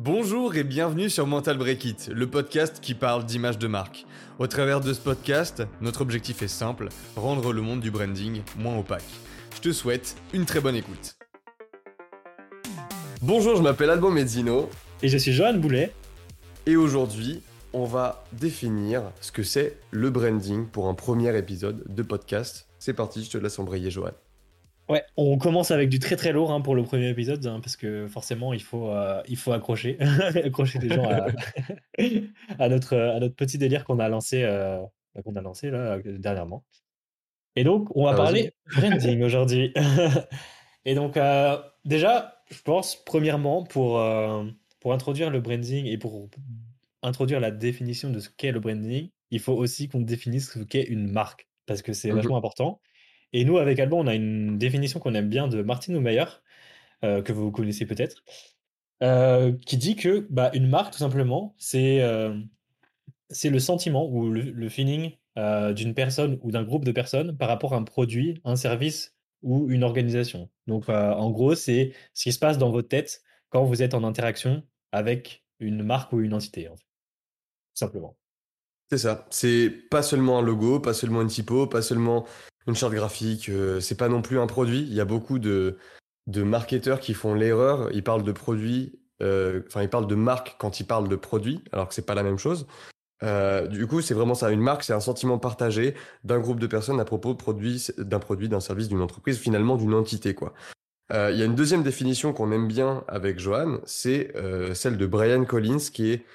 Bonjour et bienvenue sur Mental Break It, le podcast qui parle d'image de marque. Au travers de ce podcast, notre objectif est simple, rendre le monde du branding moins opaque. Je te souhaite une très bonne écoute. Bonjour, je m'appelle Alban Mezzino. Et je suis Johan Boulet. Et aujourd'hui, on va définir ce que c'est le branding pour un premier épisode de podcast. C'est parti, je te laisse embrayer, Johan. Ouais, on commence avec du très très lourd pour le premier épisode, parce que forcément il faut accrocher, accrocher les gens à notre petit délire qu'on a lancé là dernièrement. Et donc on va parler branding aujourd'hui. Et donc déjà, je pense premièrement pour introduire le branding et pour introduire la définition de ce qu'est le branding, il faut aussi qu'on définisse ce qu'est une marque, parce que c'est vachement important. Et nous, avec Alban, on a une définition qu'on aime bien de Martin Oumeyer, que vous connaissez peut-être, qui dit que une marque, tout simplement, c'est le sentiment ou le feeling d'une personne ou d'un groupe de personnes par rapport à un produit, un service ou une organisation. Donc, en gros, c'est ce qui se passe dans votre tête quand vous êtes en interaction avec une marque ou une entité, en fait. Tout simplement. C'est ça, c'est pas seulement un logo, pas seulement une typo, pas seulement une charte graphique, c'est pas non plus un produit. Il y a beaucoup de marketeurs qui font l'erreur, ils parlent de produits, ils parlent de marque quand ils parlent de produit, alors que c'est pas la même chose. Du coup, c'est vraiment ça, une marque, c'est un sentiment partagé d'un groupe de personnes à propos d'un produit, d'un service, d'une entreprise, finalement d'une entité, quoi. Il y a une deuxième définition qu'on aime bien avec Johan, c'est celle de Brian Collins, qui est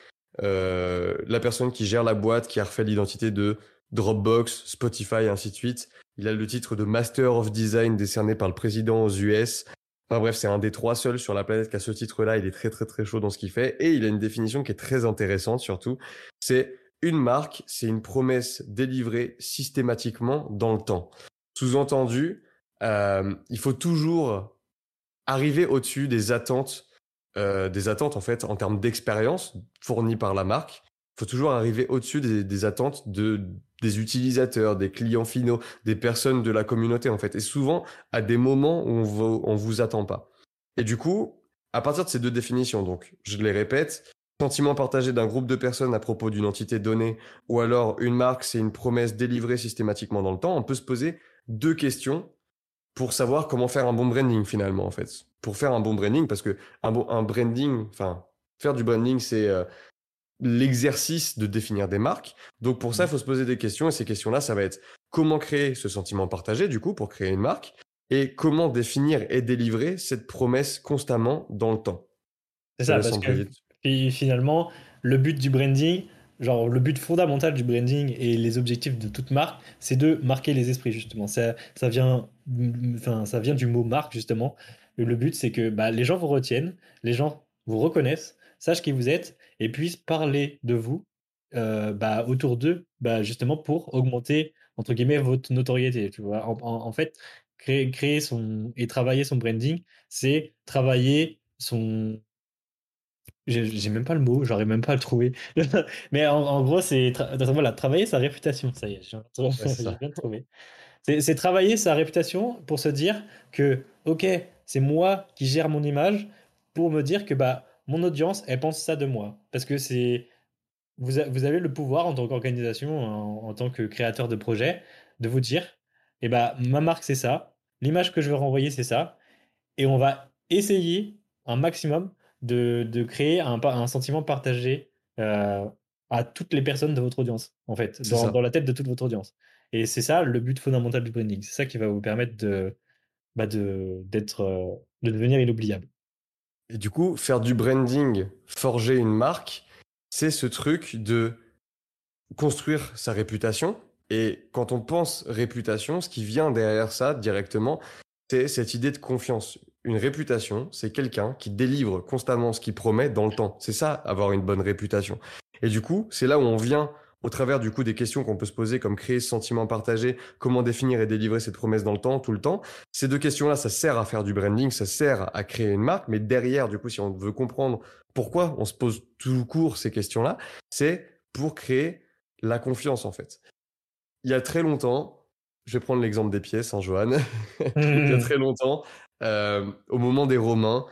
la personne qui gère la boîte, qui a refait l'identité de Dropbox, Spotify, et ainsi de suite. Il a le titre de Master of Design décerné par le président aux US. Enfin bref, c'est un des 3 seuls sur la planète qui a ce titre-là. Il est très très très chaud dans ce qu'il fait. Et il a une définition qui est très intéressante surtout. C'est une marque, c'est une promesse délivrée systématiquement dans le temps. Sous-entendu, il faut toujours arriver au-dessus des attentes en fait en termes d'expérience fournie par la marque. Il faut toujours arriver au-dessus des attentes des utilisateurs, des clients finaux, des personnes de la communauté en fait. Et souvent à des moments où on vous attend pas. Et du coup, à partir de ces deux définitions, donc je les répète, sentiment partagé d'un groupe de personnes à propos d'une entité donnée, ou alors une marque, c'est une promesse délivrée systématiquement dans le temps, on peut se poser 2 questions pour savoir comment faire un bon branding finalement en fait. Pour faire un bon branding, parce que un branding, faire du branding, c'est l'exercice de définir des marques. Donc pour ça, il faut se poser des questions, et ces questions-là, ça va être comment créer ce sentiment partagé du coup pour créer une marque, et comment définir et délivrer cette promesse constamment dans le temps. C'est ça, parce que finalement, le but du branding, genre le but fondamental du branding et les objectifs de toute marque, c'est de marquer les esprits, justement. Ça vient du mot marque, justement. Et le but, c'est que les gens vous retiennent, les gens vous reconnaissent, sachent qui vous êtes et puissent parler de vous autour d'eux, justement pour augmenter, entre guillemets, votre notoriété. Tu vois. En fait, créer et travailler son branding, c'est travailler son. J'ai même pas le mot, j'arrive même pas à le trouver. Mais en gros, c'est voilà, travailler sa réputation. Ça y est, j'ai bien trouvé. C'est travailler sa réputation pour se dire que, ok, c'est moi qui gère mon image pour me dire que mon audience, elle pense ça de moi. Parce que vous avez le pouvoir en tant qu'organisation, en tant que créateur de projet, de vous dire, ma marque, c'est ça, l'image que je veux renvoyer, c'est ça, et on va essayer un maximum de créer un sentiment partagé à toutes les personnes de votre audience, en fait, dans la tête de toute votre audience. Et c'est ça le but fondamental du branding. C'est ça qui va vous permettre de devenir inoubliable. Et du coup, faire du branding, forger une marque, c'est ce truc de construire sa réputation. Et quand on pense réputation, ce qui vient derrière ça directement, c'est cette idée de confiance. Une réputation, c'est quelqu'un qui délivre constamment ce qu'il promet dans le temps. C'est ça, avoir une bonne réputation. Et du coup, c'est là où on vient, au travers du coup des questions qu'on peut se poser, comme créer ce sentiment partagé, comment définir et délivrer cette promesse dans le temps, tout le temps. Ces 2 questions-là, ça sert à faire du branding, ça sert à créer une marque. Mais derrière, du coup, si on veut comprendre pourquoi on se pose tout court ces questions-là, c'est pour créer la confiance, en fait. Il y a très longtemps, je vais prendre l'exemple des pièces, Johan. Il y a très longtemps, au moment des Romains,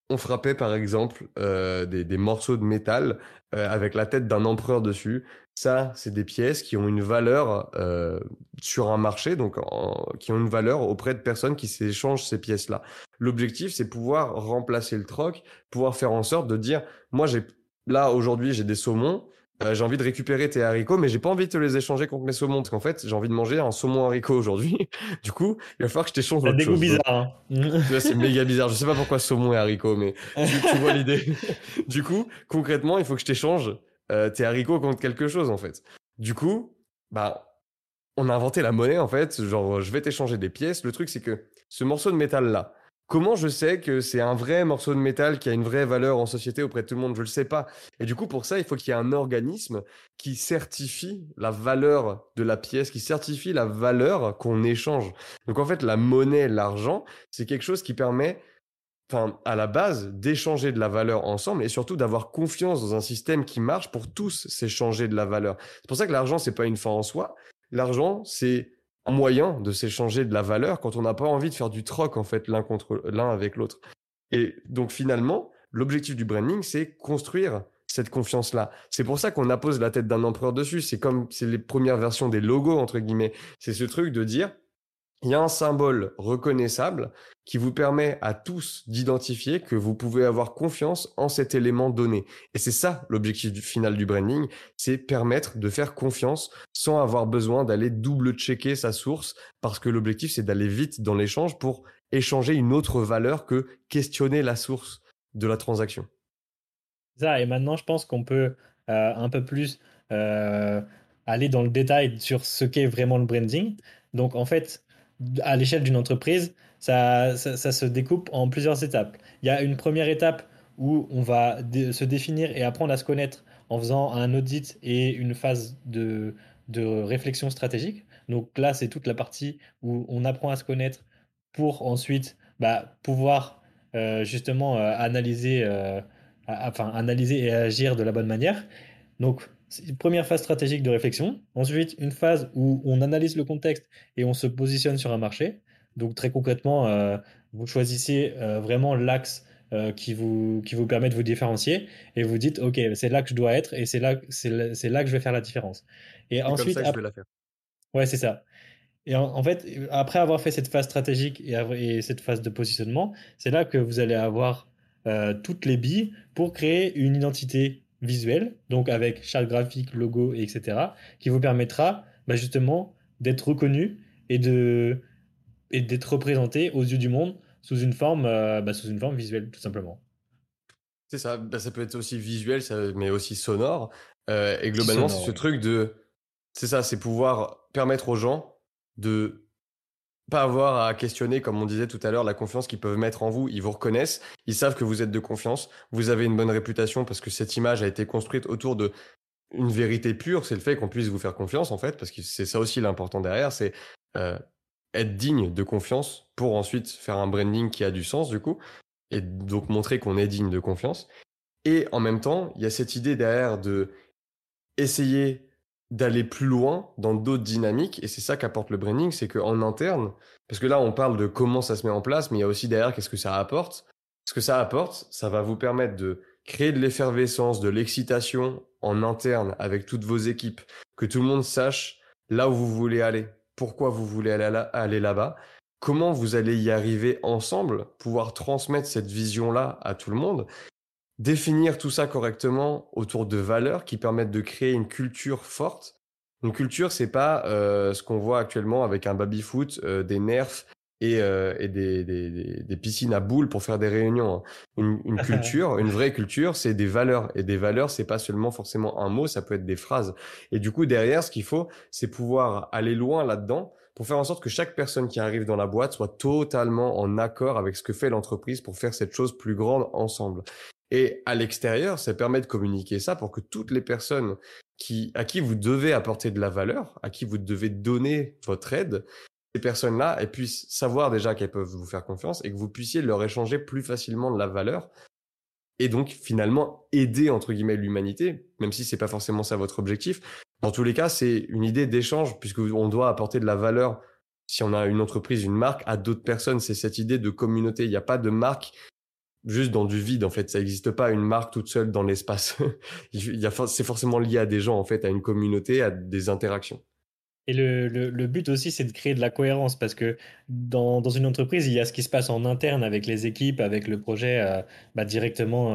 on frappait par exemple des morceaux de métal avec la tête d'un empereur dessus. Ça, c'est des pièces qui ont une valeur sur un marché, donc qui ont une valeur auprès de personnes qui s'échangent ces pièces-là. L'objectif, c'est pouvoir remplacer le troc, pouvoir faire en sorte de dire, moi, là aujourd'hui, j'ai des saumons. J'ai envie de récupérer tes haricots, mais j'ai pas envie de te les échanger contre mes saumons, parce qu'en fait, j'ai envie de manger un saumon haricot aujourd'hui. Du coup, il va falloir que je t'échange Ça autre dégoût chose. bizarre, Donc, hein. tu vois, c'est méga bizarre. Je sais pas pourquoi saumon et haricots, mais tu vois l'idée. Du coup, concrètement, il faut que je t'échange tes haricots contre quelque chose, en fait. Du coup, bah, on a inventé la monnaie, en fait. Genre, je vais t'échanger des pièces. Le truc, c'est que ce morceau de métal-là, comment je sais que c'est un vrai morceau de métal qui a une vraie valeur en société auprès de tout le monde? Je le sais pas. Et du coup, pour ça, il faut qu'il y ait un organisme qui certifie la valeur de la pièce, qui certifie la valeur qu'on échange. Donc, en fait, la monnaie, l'argent, c'est quelque chose qui permet, enfin, à la base, d'échanger de la valeur ensemble et surtout d'avoir confiance dans un système qui marche pour tous s'échanger de la valeur. C'est pour ça que l'argent, c'est pas une fin en soi. L'argent, c'est un moyen de s'échanger de la valeur quand on n'a pas envie de faire du troc, en fait, l'un avec l'autre. Et donc, finalement, l'objectif du branding, c'est construire cette confiance-là. C'est pour ça qu'on appose la tête d'un empereur dessus. C'est les premières versions des logos, entre guillemets. C'est ce truc de dire, il y a un symbole reconnaissable qui vous permet à tous d'identifier que vous pouvez avoir confiance en cet élément donné. Et c'est ça l'objectif final du branding, c'est permettre de faire confiance sans avoir besoin d'aller double-checker sa source, parce que l'objectif c'est d'aller vite dans l'échange pour échanger une autre valeur que questionner la source de la transaction. Ça, et maintenant, je pense qu'on peut un peu plus euh, aller dans le détail sur ce qu'est vraiment le branding. Donc, en fait, à l'échelle d'une entreprise, ça se découpe en plusieurs étapes. Il y a une première étape où on va se définir et apprendre à se connaître en faisant un audit et une phase de réflexion stratégique. Donc là, c'est toute la partie où on apprend à se connaître pour ensuite pouvoir justement analyser. Enfin, analyser et agir de la bonne manière. Donc, c'est une première phase stratégique de réflexion. Ensuite, une phase où on analyse le contexte et on se positionne sur un marché. Donc, très concrètement, vous choisissez vraiment l'axe qui vous permet de vous différencier et vous dites, OK, c'est là que je dois être et c'est là que je vais faire la différence. Et C'est comme ensuite, ça que je vais la faire. ouais, c'est ça. Et en fait, après avoir fait cette phase stratégique et cette phase de positionnement, c'est là que vous allez avoir toutes les billes pour créer une identité visuelle, donc avec charte graphique, logo, et etc., qui vous permettra justement d'être reconnu et et d'être représenté aux yeux du monde sous une forme visuelle, tout simplement. C'est ça, bah, ça peut être aussi visuel, mais aussi sonore. Et Si globalement, c'est sonore, ce ouais. truc de... C'est ça, c'est pouvoir permettre aux gens de pas avoir à questionner, comme on disait tout à l'heure, la confiance qu'ils peuvent mettre en vous. Ils vous reconnaissent, ils savent que vous êtes de confiance, vous avez une bonne réputation parce que cette image a été construite autour de une vérité pure. C'est le fait qu'on puisse vous faire confiance, en fait, parce que c'est ça aussi l'important derrière, c'est euh, être digne de confiance pour ensuite faire un branding qui a du sens, du coup, et donc montrer qu'on est digne de confiance. Et en même temps, il y a cette idée derrière de essayer d'aller plus loin dans d'autres dynamiques. Et c'est ça qu'apporte le branding, c'est qu'en interne, parce que là, on parle de comment ça se met en place, mais il y a aussi derrière qu'est-ce que ça apporte. Ce que ça apporte, ça va vous permettre de créer de l'effervescence, de l'excitation en interne avec toutes vos équipes, que tout le monde sache là où vous voulez aller, pourquoi vous voulez aller là-bas, comment vous allez y arriver ensemble, pouvoir transmettre cette vision-là à tout le monde. Définir tout ça correctement autour de valeurs qui permettent de créer une culture forte. Une culture, c'est pas ce qu'on voit actuellement avec un baby-foot, des nerfs et des piscines à boules pour faire des réunions, hein. Une culture, une vraie culture, c'est des valeurs. Et des valeurs, c'est pas seulement forcément un mot, ça peut être des phrases. Et du coup, derrière, ce qu'il faut, c'est pouvoir aller loin là-dedans pour faire en sorte que chaque personne qui arrive dans la boîte soit totalement en accord avec ce que fait l'entreprise pour faire cette chose plus grande ensemble. Et à l'extérieur, ça permet de communiquer ça pour que toutes les personnes à qui vous devez apporter de la valeur, à qui vous devez donner votre aide, ces personnes-là, elles puissent savoir déjà qu'elles peuvent vous faire confiance et que vous puissiez leur échanger plus facilement de la valeur et donc finalement aider entre guillemets l'humanité, même si c'est pas forcément ça votre objectif. Dans tous les cas, c'est une idée d'échange puisque on doit apporter de la valeur. Si on a une entreprise, une marque, à d'autres personnes, c'est cette idée de communauté. Il n'y a pas de marque juste dans du vide, en fait. Ça n'existe pas une marque toute seule dans l'espace. C'est forcément lié à des gens, en fait, à une communauté, à des interactions. Et le but aussi, c'est de créer de la cohérence parce que dans une entreprise, il y a ce qui se passe en interne avec les équipes, avec le projet directement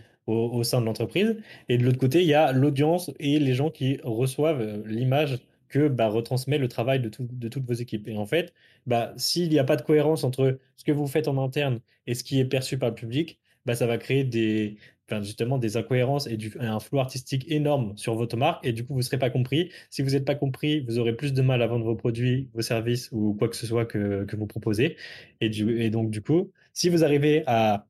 au sein de l'entreprise. Et de l'autre côté, il y a l'audience et les gens qui reçoivent l'image que retransmet le travail de toutes vos équipes. Et en fait, s'il n'y a pas de cohérence entre ce que vous faites en interne et ce qui est perçu par le public, ça va créer justement des incohérences et un flou artistique énorme sur votre marque. Et du coup, vous ne serez pas compris. Si vous n'êtes pas compris, vous aurez plus de mal à vendre vos produits, vos services ou quoi que ce soit que vous proposez. Et donc, du coup, si vous arrivez à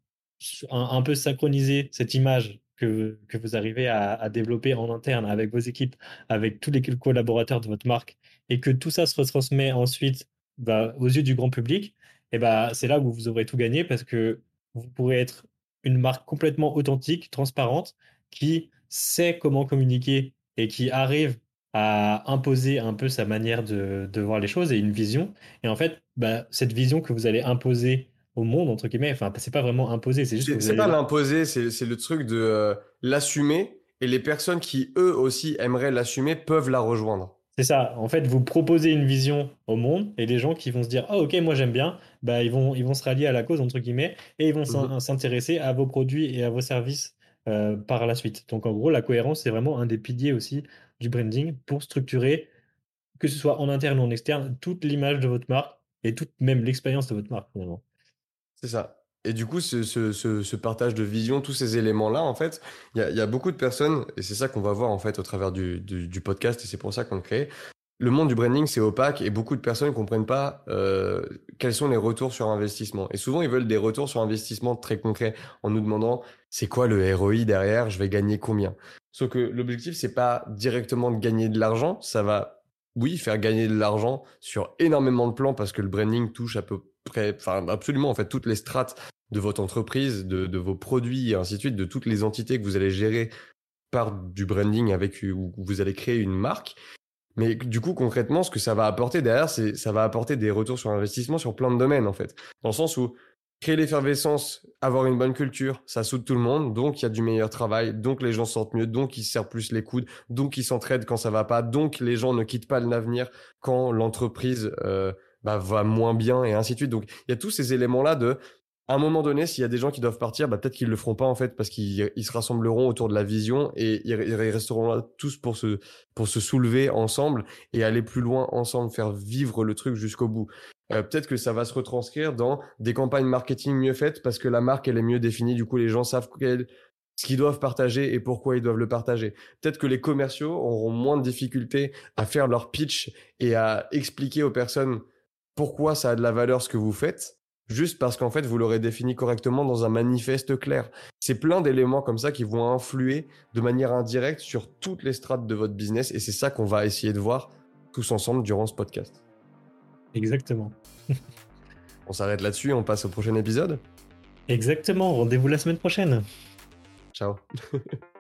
un peu synchroniser cette image que vous arrivez à développer en interne avec vos équipes, avec tous les collaborateurs de votre marque, et que tout ça se retransmet ensuite aux yeux du grand public, et c'est là où vous aurez tout gagné parce que vous pourrez être une marque complètement authentique, transparente, qui sait comment communiquer et qui arrive à imposer un peu sa manière de voir les choses et une vision. Et en fait, cette vision que vous allez imposer au monde, entre guillemets, enfin, c'est pas vraiment imposer, c'est juste que vous C'est pas allez... l'imposer, c'est le truc de l'assumer. Et les personnes qui, eux aussi, aimeraient l'assumer peuvent la rejoindre. C'est ça. En fait, vous proposez une vision au monde et les gens qui vont se dire, ah ok, moi j'aime bien, ils vont se rallier à la cause, entre guillemets, et ils vont Mhm. s'intéresser à vos produits et à vos services par la suite. Donc en gros, la cohérence, c'est vraiment un des piliers aussi du branding pour structurer, que ce soit en interne ou en externe, toute l'image de votre marque et toute même l'expérience de votre marque, finalement. C'est ça. Et du coup, ce partage de vision, tous ces éléments-là, en fait, il y a beaucoup de personnes, et c'est ça qu'on va voir en fait au travers du podcast, et c'est pour ça qu'on le crée. Le monde du branding, c'est opaque, et beaucoup de personnes ne comprennent pas quels sont les retours sur investissement. Et souvent, ils veulent des retours sur investissement très concrets, en nous demandant, c'est quoi le ROI derrière, je vais gagner combien? Sauf que l'objectif, c'est pas directement de gagner de l'argent, ça va, oui, faire gagner de l'argent sur énormément de plans, parce que le branding touche à peu près, enfin absolument en fait toutes les strates de votre entreprise, de vos produits et ainsi de suite, de toutes les entités que vous allez gérer par du branding avec où vous allez créer une marque. Mais du coup, concrètement, ce que ça va apporter derrière, c'est ça va apporter des retours sur investissement sur plein de domaines en fait. Dans le sens où créer l'effervescence, avoir une bonne culture, ça soude tout le monde, donc il y a du meilleur travail, donc les gens se sentent mieux, donc ils se serrent plus les coudes, donc ils s'entraident quand ça va pas, donc les gens ne quittent pas le navire quand l'entreprise va moins bien et ainsi de suite. Donc il y a tous ces éléments-là de à un moment donné, s'il y a des gens qui doivent partir, peut-être qu'ils le feront pas en fait parce qu'ils se rassembleront autour de la vision et ils resteront là tous pour se soulever ensemble et aller plus loin ensemble, faire vivre le truc jusqu'au bout. Peut-être que ça va se retranscrire dans des campagnes marketing mieux faites parce que la marque elle est mieux définie. Du coup, les gens savent ce qu'ils doivent partager et pourquoi ils doivent le partager. Peut-être que les commerciaux auront moins de difficultés à faire leur pitch et à expliquer aux personnes pourquoi ça a de la valeur ce que vous faites juste parce qu'en fait, vous l'aurez défini correctement dans un manifeste clair. C'est plein d'éléments comme ça qui vont influer de manière indirecte sur toutes les strates de votre business et c'est ça qu'on va essayer de voir tous ensemble durant ce podcast. Exactement. On s'arrête là-dessus et on passe au prochain épisode. Exactement. Rendez-vous la semaine prochaine. Ciao.